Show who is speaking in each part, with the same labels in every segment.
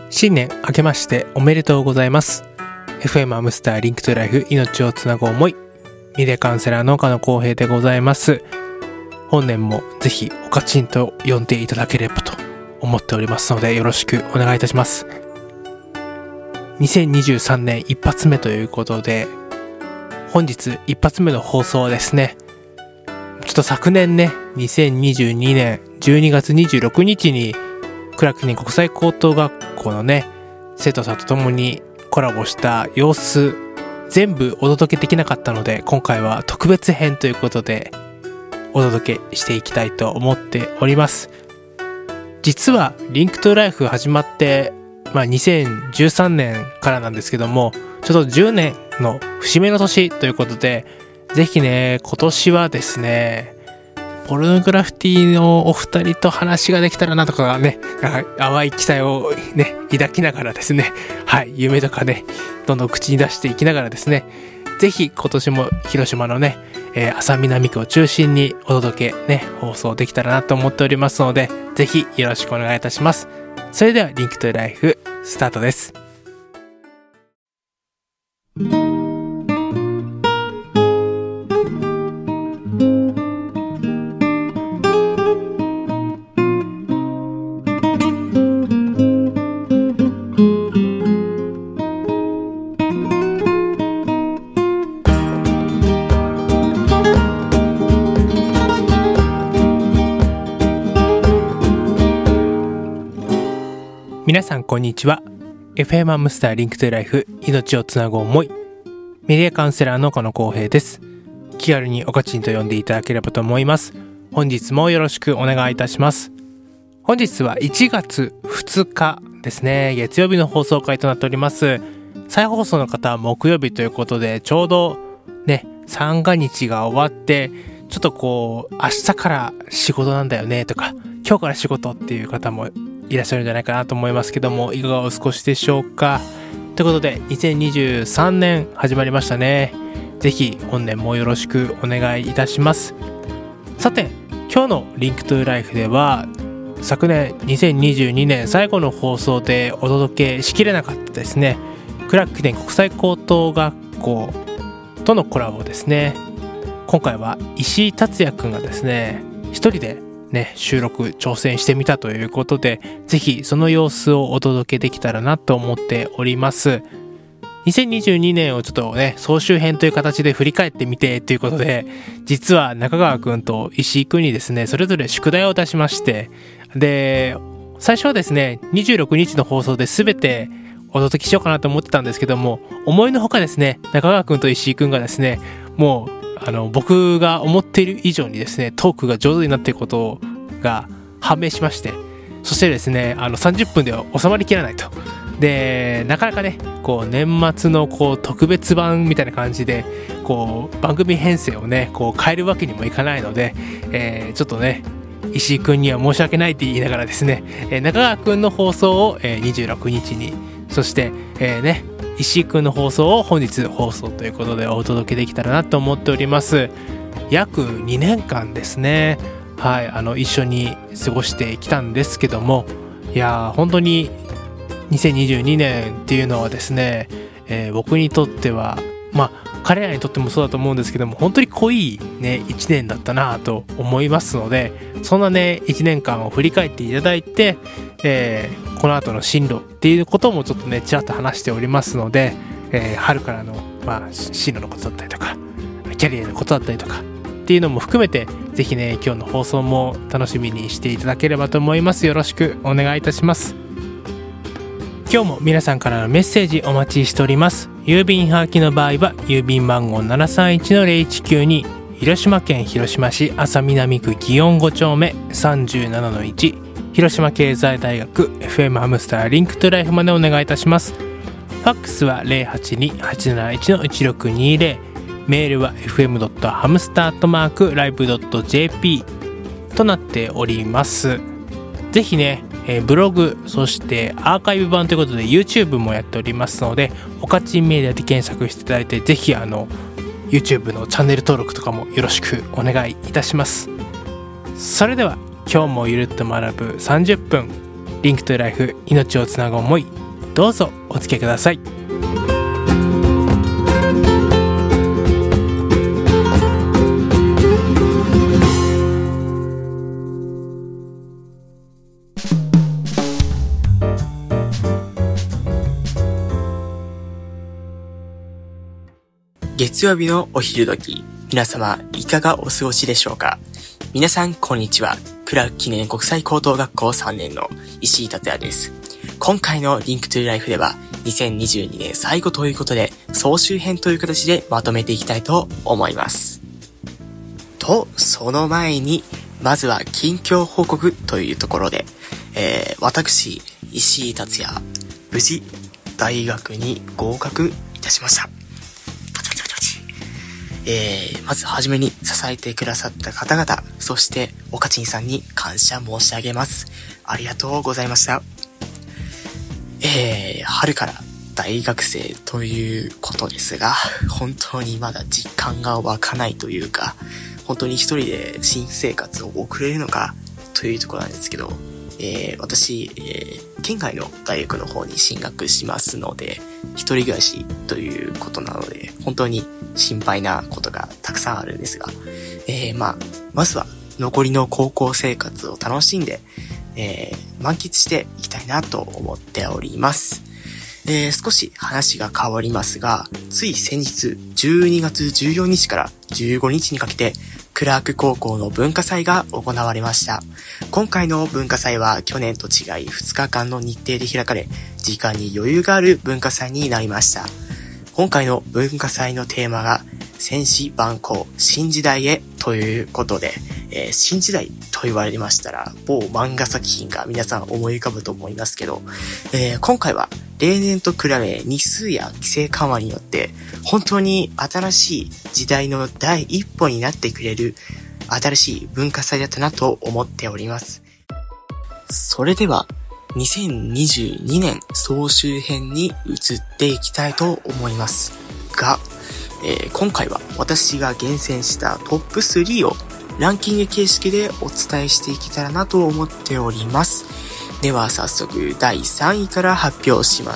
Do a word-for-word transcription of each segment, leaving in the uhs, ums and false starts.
Speaker 1: 新年明けましておめでとうございます。 エフエム ハムスターリンクトゥライフ、命をつなぐ思い、ミレカウンセラーの岡野浩平でございます。本年もぜひおかちんと呼んでいただければと思っておりますので、よろしくお願いいたします。にせんにじゅうさんねん一発目ということで、本日一発目の放送はですね、ちょっと昨年ね、にせんにじゅうにねんじゅうにがつにじゅうろくにちに倉久国際高等学校のね、生徒さんと共にコラボした様子、全部お届けできなかったので、今回は特別編ということでお届けしていきたいと思っております。実はリンクトゥライフ始まって、まあ、にせんじゅうさんねんからなんですけども、ちょっとじゅうねんの節目の年ということで、ぜひね、今年はですね、ポルノグラフィティのお二人と話ができたらなとかね、淡い期待をね、抱きながらですね、はい、夢とかね、どんどん口に出していきながらですね、ぜひ今年も広島のね、えー、安佐南区を中心にお届けね、放送できたらなと思っておりますので、ぜひよろしくお願いいたします。それではリンクトゥライフスタートです。皆さんこんにちは。 エフエム ハムスターリンクトゥライフ、命をつなぐ思い、メディアカウンセラーの岡野浩平です。気軽におかちんと呼んでいただければと思います。本日もよろしくお願いいたします。本日はいちがつふつかですね、月曜日の放送回となっております。再放送の方は木曜日ということで、ちょうどね、三が日が終わって、ちょっとこう明日から仕事なんだよねとか、今日から仕事っていう方もいらっしゃるんじゃないかなと思いますけども、いかがお過ごしでしょうか。ということでにせんにじゅうさんねん始まりましたね。ぜひ本年もよろしくお願いいたします。さて、今日のリンクトゥライフでは、昨年にせんにじゅうにねん最後の放送でお届けしきれなかったですね、倉久国際高等学校とのコラボですね。今回は石井達也くんがですね、一人でね、収録挑戦してみたということで、ぜひその様子をお届けできたらなと思っております。にせんにじゅうにねんをちょっとね、総集編という形で振り返ってみてということで、実は中川くんと石井くんにですね、それぞれ宿題を出しまして、で、最初はですね、にじゅうろくにちの放送で全てお届けしようかなと思ってたんですけども、思いのほかですね、中川くんと石井くんがですね、もうあの僕が思っている以上にですね、トークが上手になっていることが判明しまして、そしてですね、あのさんじゅっぷんでは収まりきらないと。で、なかなかね、こう年末のこう特別版みたいな感じでこう番組編成をね、こう変えるわけにもいかないので、えー、ちょっとね、石井くんには申し訳ないって言いながらですね、えー、中川くんの放送を、えー、にじゅうろくにちに、そして、えー、ね、石井くんの放送を本日放送ということでお届けできたらなと思っております。約にねんかんですね、はい、あの一緒に過ごしてきたんですけども、いやー、本当ににせんにじゅうにねんっていうのはですね、えー、僕にとっては、まあ彼らにとってもそうだと思うんですけども、本当に濃いねいちねんだったなと思いますので、そんなねいちねんかんを振り返っていただいて、えー、この後の進路っていうこともちょっとねちらっと話しておりますので、えー、春からの、まあ、進路のことだったりとか、キャリアのことだったりとかっていうのも含めて、ぜひね今日の放送も楽しみにしていただければと思います。よろしくお願いいたします。今日も皆さんからのメッセージお待ちしております。郵便はがきの場合は郵便番号 ななさんいちのゼロいちきゅうに、 広島県広島市安佐南区祇園ご丁目 さんじゅうななのいち、 広島経済大学 エフエム ハムスターリンクトゥライフまでお願いいたします。ファックスは ゼロはちに はちなないちのいちろくにゼロ、 メールは エフエム ハムスター ライブ ジェーピー となっております。ぜひね、えー、ブログ、そしてアーカイブ版ということで YouTube もやっておりますので、おかちんメディアで検索していただいて、ぜひあの YouTube のチャンネル登録とかもよろしくお願いいたします。それでは今日もゆるっと学ぶさんじゅっぷん、 リンクトゥライフ、命をつなぐ思い、どうぞお付き合いください。
Speaker 2: 月曜日のお昼時、皆様いかがお過ごしでしょうか。皆さんこんにちは。クラーク記念国際高等学校さんねんの石井達也です。今回のリンクトゥライフではにせんにじゅうにねん最後ということで、総集編という形でまとめていきたいと思います。と、その前にまずは近況報告というところで、えー、私石井達也、無事大学に合格いたしました。えー、まずはじめに支えてくださった方々、そしておかちんさんに感謝申し上げます。ありがとうございました。えー、春から大学生ということですが、本当にまだ実感が湧かないというか、本当に一人で新生活を送れるのかというところなんですけど、えー、私、えー、県外の大学の方に進学しますので、一人暮らしということなので、本当に心配なことがたくさんあるんですが、えー、まあ、まずは残りの高校生活を楽しんで、えー、満喫していきたいなと思っております。えー、少し話が変わりますが、つい先日じゅうにがつじゅうよっかからじゅうごにちにかけて、クラーク高校の文化祭が行われました。今回の文化祭は去年と違いふつかかんの日程で開かれ、時間に余裕がある文化祭になりました。今回の文化祭のテーマが戦士万行新時代へということで、えー、新時代と言われましたら某漫画作品が皆さん思い浮かぶと思いますけど、えー、今回は例年と比べ日数や規制緩和によって本当に新しい時代の第一歩になってくれる新しい文化祭だったなと思っております。それではにせんにじゅうにねん総集編に移っていきたいと思いますが、えー、今回は私が厳選したトップスリーをランキング形式でお伝えしていけたらなと思っております。では早速だいさんいから発表します。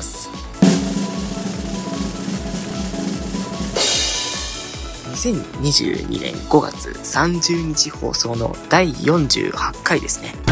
Speaker 2: にせんにじゅうにねんごがつさんじゅうにち放送のだいよんじゅうはちかいですね。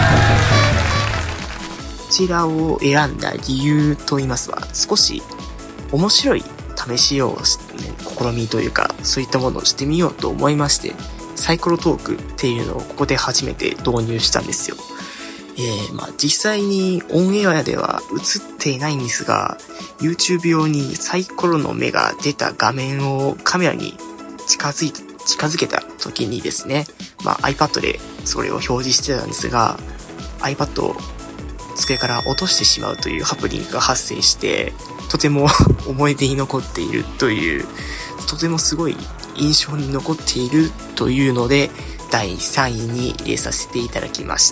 Speaker 2: こちらを選んだ理由と言いますは、少し面白い試しよう、ね、試みというか、そういったものをしてみようと思いまして、サイコロトークっていうのをここで初めて導入したんですよ。えー、まあ実際にオンエアでは映っていないんですが、YouTube 用にサイコロの目が出た画面をカメラに近づいて、近づけた時にですね、まあ iPad でそれを表示してたんですが、iPad を机から落としてしまうというハプニングが発生して、とても思い出に残っているという、とてもすごい印象に残っているというので、だいさんいに入れさせていただきました。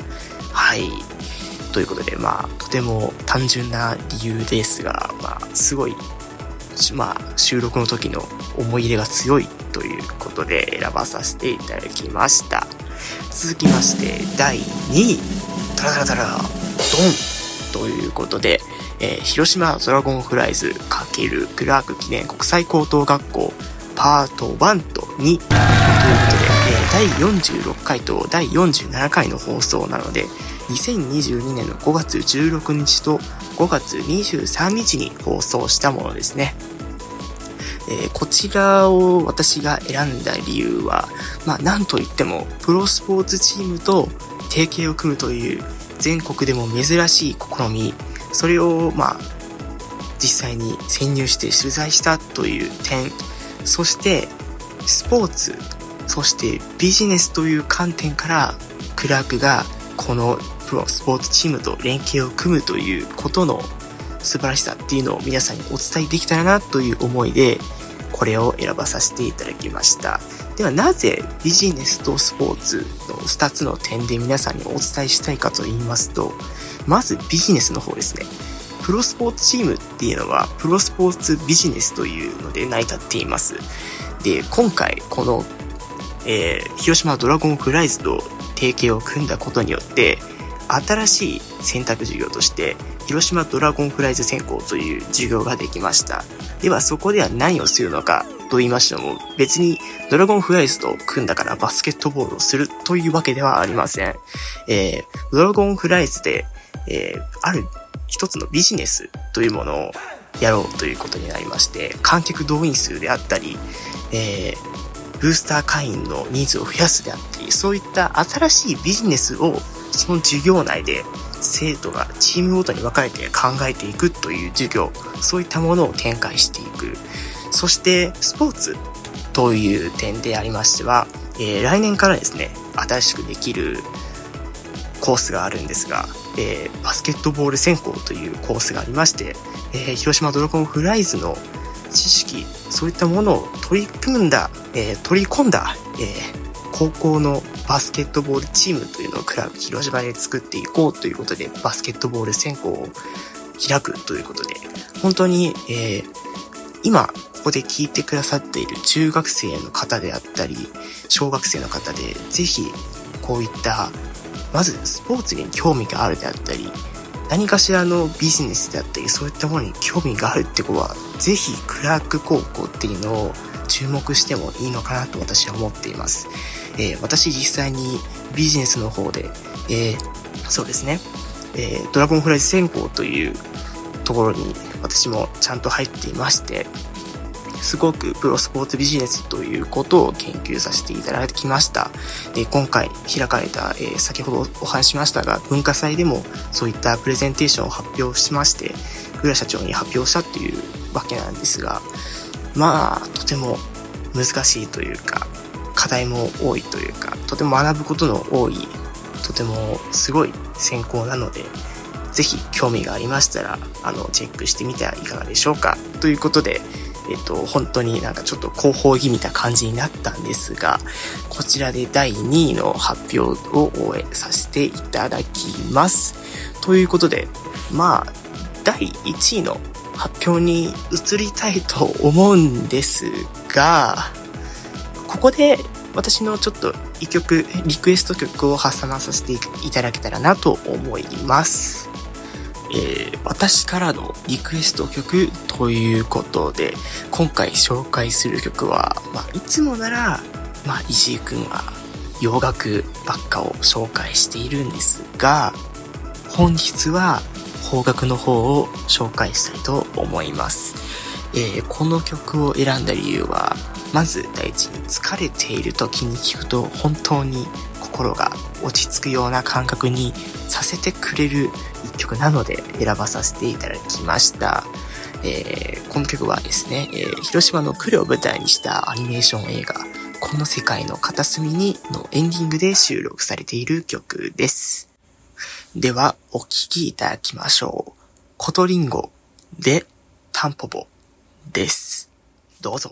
Speaker 2: はい。ということで、まあ、とても単純な理由ですが、まあ、すごい、まあ、収録の時の思い入れが強いということで選ばさせていただきました。続きまして、だいにい。タラタラタラ、ドンということで、えー、広島ドラゴンフライズ×クラーク記念国際高等学校パートワンとにということで、えー、だいよんじゅうろっかいとだいよんじゅうななかいの放送なので、にせんにじゅうにねんのごがつじゅうろくにちとごがつにじゅうさんにちに放送したものですね。えー、こちらを私が選んだ理由は、まあなんといってもプロスポーツチームと提携を組むという全国でも珍しい試み、それをまあ実際に潜入して取材したという点、そしてスポーツ、そしてビジネスという観点からクラークがこのプロスポーツチームと連携を組むということの素晴らしさっていうのを皆さんにお伝えできたらなという思いでこれを選ばさせていただきました。ではなぜビジネスとスポーツのふたつの点で皆さんにお伝えしたいかと言いますと、まずビジネスの方ですね。プロスポーツチームっていうのはプロスポーツビジネスというので成り立っています。で、今回この、えー、広島ドラゴンフライズと提携を組んだことによって新しい選択授業として広島ドラゴンフライズ専攻という授業ができました。ではそこでは何をするのかと言いましても、別にドラゴンフライズと組んだからバスケットボールをするというわけではありません。えー、ドラゴンフライズで、えー、ある一つのビジネスというものをやろうということになりまして、観客動員数であったり、えー、ブースター会員の人数を増やすであったり、そういった新しいビジネスをその授業内で生徒がチームごとに分かれて考えていくという授業、そういったものを展開していく。そしてスポーツという点でありましては、えー、来年からですね、新しくできるコースがあるんですが、えー、バスケットボール専攻というコースがありまして、えー、広島ドラゴンフライズの知識、そういったものを取り組んだ、えー、取り込んだ、えー、高校のバスケットボールチームというのをクラブ広島で作っていこうということで、バスケットボール専攻を開くということで、本当に、えー、今ここで聞いてくださっている中学生の方であったり、小学生の方で、ぜひこういったまずスポーツに興味があるであったり、何かしらのビジネスであったり、そういったものに興味があるって子は、ぜひクラーク高校っていうのを注目してもいいのかなと私は思っています。えー、私実際にビジネスの方で、えー、そうですね、えー、ドラゴンフライズ専攻というところに私もちゃんと入っていまして、すごくプロスポーツビジネスということを研究させていただきました。で、今回開かれた、えー、先ほどお話ししましたが、文化祭でもそういったプレゼンテーションを発表しまして、浦社長に発表したというわけなんですが、まあ、とても難しいというか、課題も多いというか、とても学ぶことの多い、とてもすごい専攻なので、ぜひ興味がありましたら、あの、チェックしてみてはいかがでしょうか。ということで、えっと、本当になんかちょっと広報気味な感じになったんですが、こちらでだいにいの発表を終えさせていただきます。ということで、まあ、だいいちいの発表に移りたいと思うんですが、ここで私のちょっと一曲、リクエスト曲を挟まさせていただけたらなと思います。えー、私からのリクエスト曲ということで、今回紹介する曲は、まあ、いつもなら、まあ、石井くんは洋楽ばっかを紹介しているんですが、本日は邦楽の方を紹介したいと思います。えー、この曲を選んだ理由は、まず第一に疲れている時に聴くと本当に心が落ち着くような感覚にさせてくれる一曲なので選ばさせていただきました。えー、この曲はですね、えー、広島の呉を舞台にしたアニメーション映画この世界の片隅にのエンディングで収録されている曲です。ではお聴きいただきましょう。コトリンゴでタンポポです。どうぞ。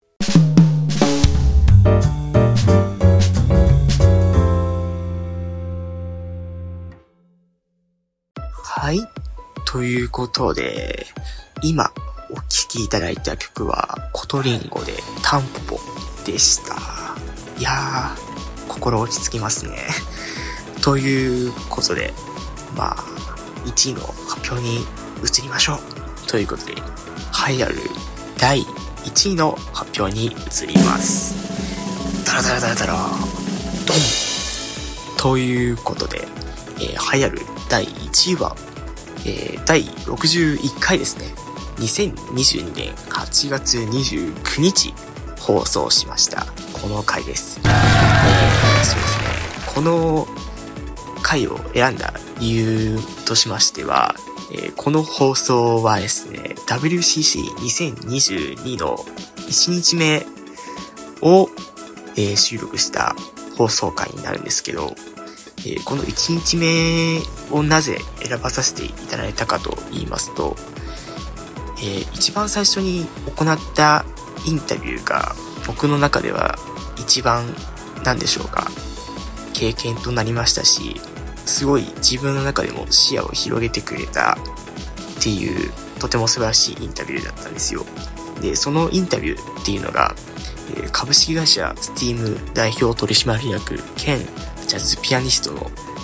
Speaker 2: はい。ということで、今お聴きいただいた曲はコトリンゴでタンポポでした。いやー、心落ち着きますね。ということで、まあ、いちいの発表に移りましょう。ということで、栄えあるだいいちいの発表に移ります。ダラダラダラダラ、ドンということで、えー、栄えあるだいいちいは、えー、だいろくじゅういっかいですね。にせんにじゅうにねんはちがつにじゅうくにち放送しました。この回です。えー、そうですね。この回を選んだ理由としましては、えー、この放送はですね、ダブリューシーシーにせんにじゅうに のいちにちめを、えー、収録した放送回になるんですけど、えー、このいちにちめをなぜ選ばさせていただいたかと言いますと、えー、一番最初に行ったインタビューが僕の中では一番なんでしょうか、経験となりましたし、すごい自分の中でも視野を広げてくれたっていうとても素晴らしいインタビューだったんですよ。で、そのインタビューっていうのが、えー、株式会社スティーム代表取締役兼ジャズピアニストの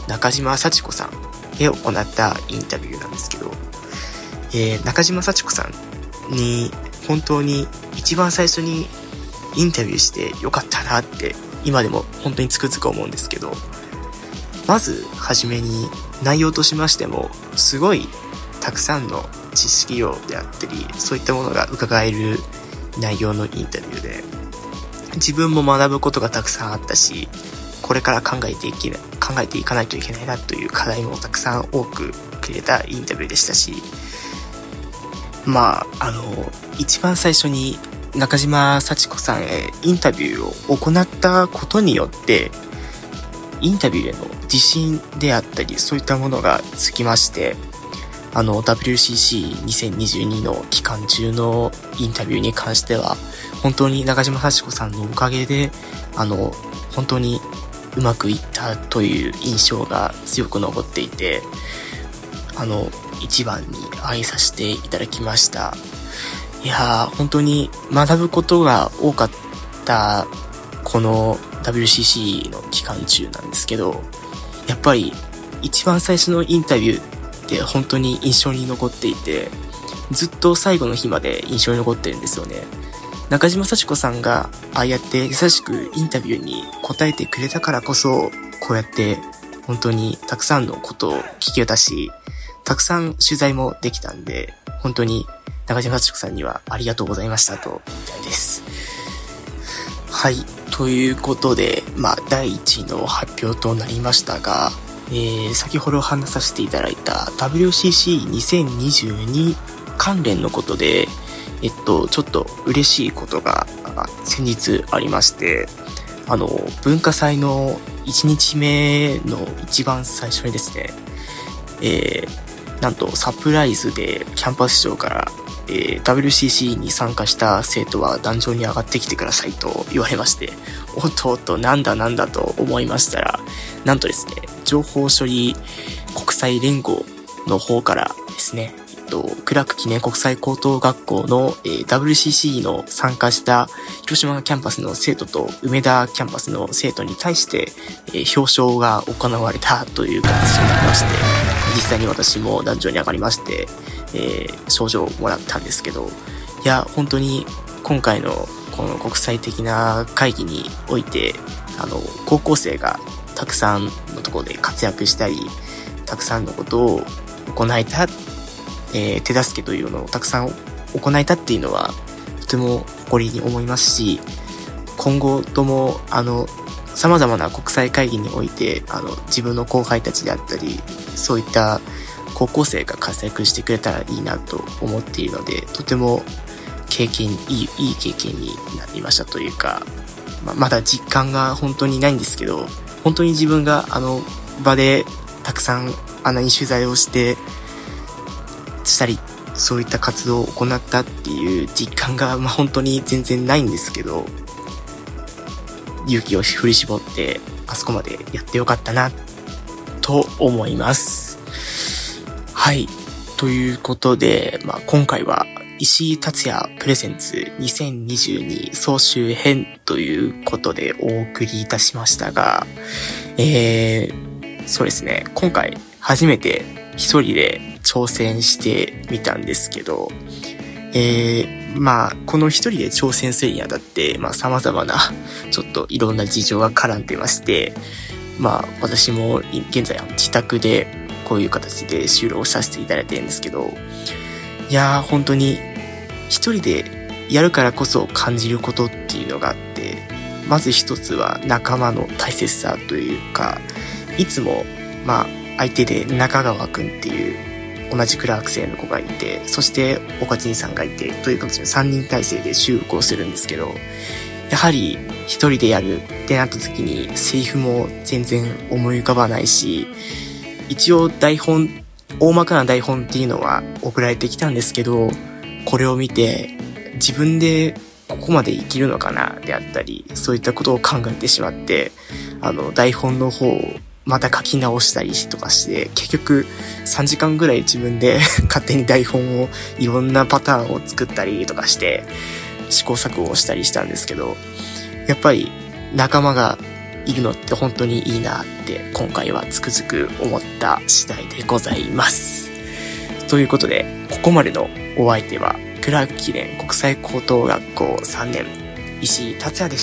Speaker 2: 中島幸子さんへ行ったインタビューなんですけど、えー、中島幸子さんに本当に一番最初にインタビューしてよかったなって今でも本当につくづく思うんですけど、まずはじめに内容としましてもすごいたくさんの知識量であったりそういったものが伺える内容のインタビューで、自分も学ぶことがたくさんあったし、これから考えていきな考えていかないといけないなという課題もたくさん多くくれたインタビューでしたし、まああの一番最初に中島幸子さんへインタビューを行ったことによってインタビューへの自信であったりそういったものがつきまして、あの ダブリューシーシーにせんにじゅうに の期間中のインタビューに関しては本当に中島幸子さんのおかげであの本当にうまくいったという印象が強く残っていて、あの一番に愛させていただきました。いやー本当に学ぶことが多かったこの ダブリューシーシー の期間中なんですけど、やっぱり一番最初のインタビューって本当に印象に残っていて、ずっと最後の日まで印象に残ってるんですよね。中島幸子さんがああやって優しくインタビューに答えてくれたからこそ、こうやって本当にたくさんのことを聞けたし、たくさん取材もできたんで、本当に中島幸子さんにはありがとうございましたと言いたいです。はい、ということで、まあだいいちいの発表となりましたが、えー、先ほど話させていただいた ダブリューシーシーにせんにじゅうに 関連のことで、えっと、ちょっと嬉しいことが先日ありまして、あの、文化祭のいちにちめの一番最初にですね、えー、なんとサプライズでキャンパス長から、えー、ダブリューシーシー に参加した生徒は壇上に上がってきてくださいと言われまして、おっとおっとなんだなんだと思いましたら、なんとですね、情報処理国際連合の方からですね、クラーク記念国際高等学校の、えー、ダブリューシーシー の参加した広島キャンパスの生徒と梅田キャンパスの生徒に対して、えー、表彰が行われたという形になりまして、実際に私も壇上に上がりまして、えー、賞状をもらったんですけど、いや本当に今回のこの国際的な会議において、あの高校生がたくさんのところで活躍したり、たくさんのことを行えたえー、手助けというのをたくさん行えたっていうのはとても誇りに思いますし、今後ともあの様々な国際会議においてあの自分の後輩たちであったりそういった高校生が活躍してくれたらいいなと思っているので、とても経験いいいい経験になりましたというか、まあ、まだ実感が本当にないんですけど、本当に自分があの場でたくさんあんなに取材をしてしたりそういった活動を行ったっていう実感が、まあ、本当に全然ないんですけど、勇気を振り絞ってあそこまでやってよかったなと思います。はい、ということで、まあ、今回は石井達也プレゼンツにせんにじゅうに総集編ということでお送りいたしましたが、えー、そうですね、今回初めて一人で挑戦してみたんですけど、えー、まあこの一人で挑戦するにあたってまあ様々なちょっといろんな事情が絡んでまして、まあ私も現在自宅でこういう形で収録させていただいてるんですけど、いやー本当に一人でやるからこそ感じることっていうのがあって、まず一つは仲間の大切さというか、いつもまあ相手で中川くんっていう同じクラーク生の子がいて、そして岡地さんがいてという形でさんにん体制で収録をするんですけど、やはり一人でやるってなった時にセリフも全然思い浮かばないし、一応台本大まかな台本っていうのは送られてきたんですけど、これを見て自分でここまで生きるのかなであったり、そういったことを考えてしまって、あの台本の方をまた書き直したりとかして、結局さんじかんぐらい自分で勝手に台本をいろんなパターンを作ったりとかして試行錯誤をしたりしたんですけど、やっぱり仲間がいるのって本当にいいなって今回はつくづく思った次第でございます。ということで、ここまでのお相手はクラーク記念国際高等学校さんねん石井達也でした。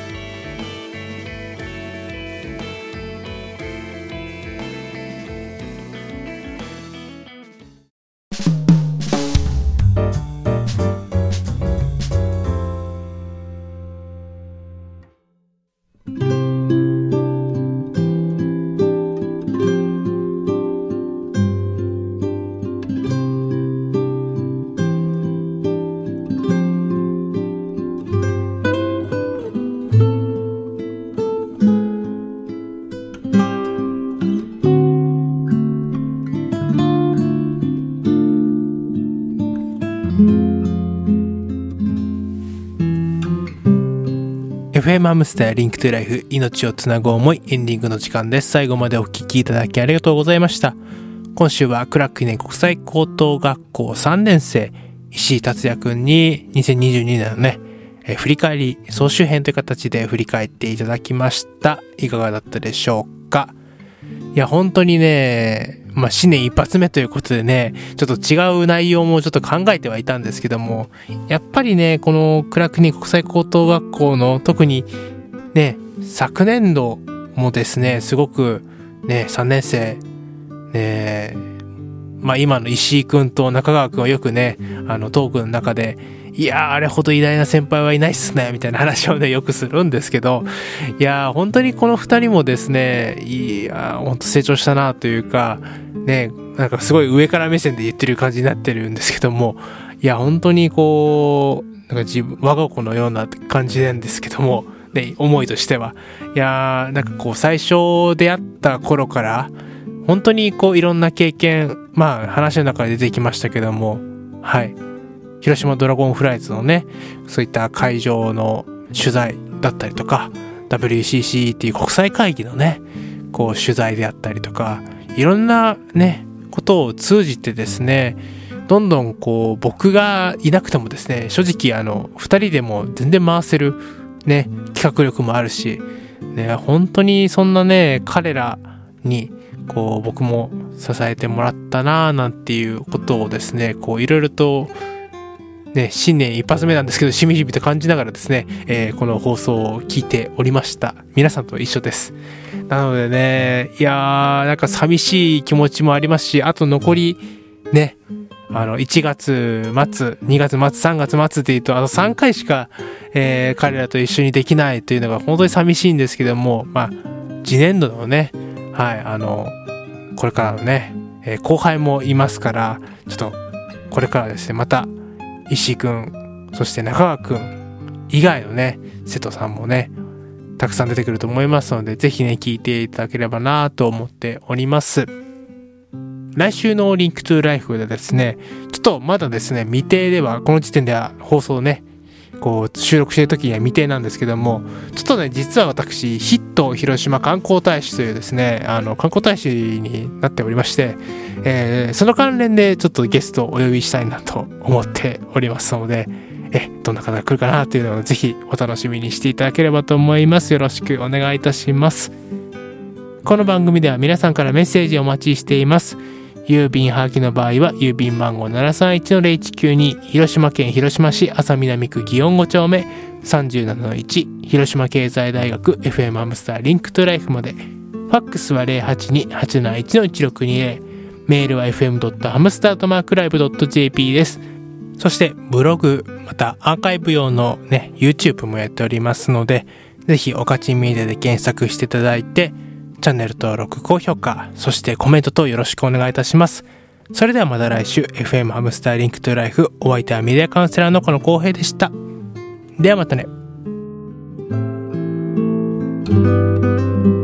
Speaker 1: エフエム アムスターリンクトゥライフ、命をつなぐ思い、エンディングの時間です。最後までお聞きいただきありがとうございました。今週はクラーク記念国際高等学校さんねん生石井達也くんににせんにじゅうにねんのね、え振り返り総集編という形で振り返っていただきました。いかがだったでしょうか。いや本当にね、まあ新年一発目ということでね、ちょっと違う内容もちょっと考えてはいたんですけども、やっぱりね、このクラーク記念国際高等学校の特にね、昨年度もですね、すごくね、さんねん生ね、まあ今の石井くんと中川くんはよくね、あのトークの中で、いやーあれほど偉大な先輩はいないっすねみたいな話をねよくするんですけど、いやー本当にこのふたりもですね、いやー本当成長したなというかね、なんかすごい上から目線で言ってる感じになってるんですけども、いや本当にこうなんか自分我が子のような感じなんですけどもね、思いとしては、いやーなんかこう最初出会った頃から本当にこういろんな経験、まあ話の中で出てきましたけども、はい、広島ドラゴンフライズのね、そういった会場の取材だったりとか ダブリューシーシー っていう国際会議のねこう取材であったりとか、いろんなねことを通じてですね、どんどんこう僕がいなくてもですね、正直あのふたりでも全然回せるね企画力もあるしね、本当にそんなね彼らにこう僕も支えてもらったなーなんていうことをですね、こういろいろとね、新年一発目なんですけどしみじみと感じながらですね、えー、この放送を聞いておりました。皆さんと一緒です。なのでね、いやーなんか寂しい気持ちもありますし、あと残りね、あのいちがつ末、にがつ末、さんがつ末っていうとあとさんかいしか、えー、彼らと一緒にできないというのが本当に寂しいんですけども、まあ次年度のね、はいあのこれからのね、えー、後輩もいますから、ちょっとこれからですねまた石井くん、そして中川くん以外のね瀬戸さんもねたくさん出てくると思いますので、ぜひね聞いていただければなと思っております。来週のリンクトゥライフでですね、ちょっとまだですね未定では、この時点では放送ねこう収録している時には未定なんですけども、ちょっとね実は私ヒット広島観光大使というですね、あの観光大使になっておりまして、えー、その関連でちょっとゲストをお呼びしたいなと思っておりますので、えどんな方が来るかなというのをぜひお楽しみにしていただければと思います。よろしくお願いいたします。この番組では皆さんからメッセージをお待ちしています。郵便はがきの場合は郵便番号 ななさんいちのゼロいちきゅうに、広島県広島市安佐南区祇園ご丁目 さんじゅうななのいち、 広島経済大学 エフエム アムスターリンクトゥライフまで。ファックスは ゼロはちに はちなないちのいちろくにゼロ、メールは エフエムドットハムスター アットマークライブドットジェーピー です。そしてブログ、またアーカイブ用のね YouTube もやっておりますので、ぜひおかちんメディアで検索していただいて、チャンネル登録、高評価、そしてコメント等よろしくお願いいたします。それではまた来週、 エフエム ハムスターリンクトゥライフ、お相手はメディアカウンセラーのこの浩平でした。ではまたね。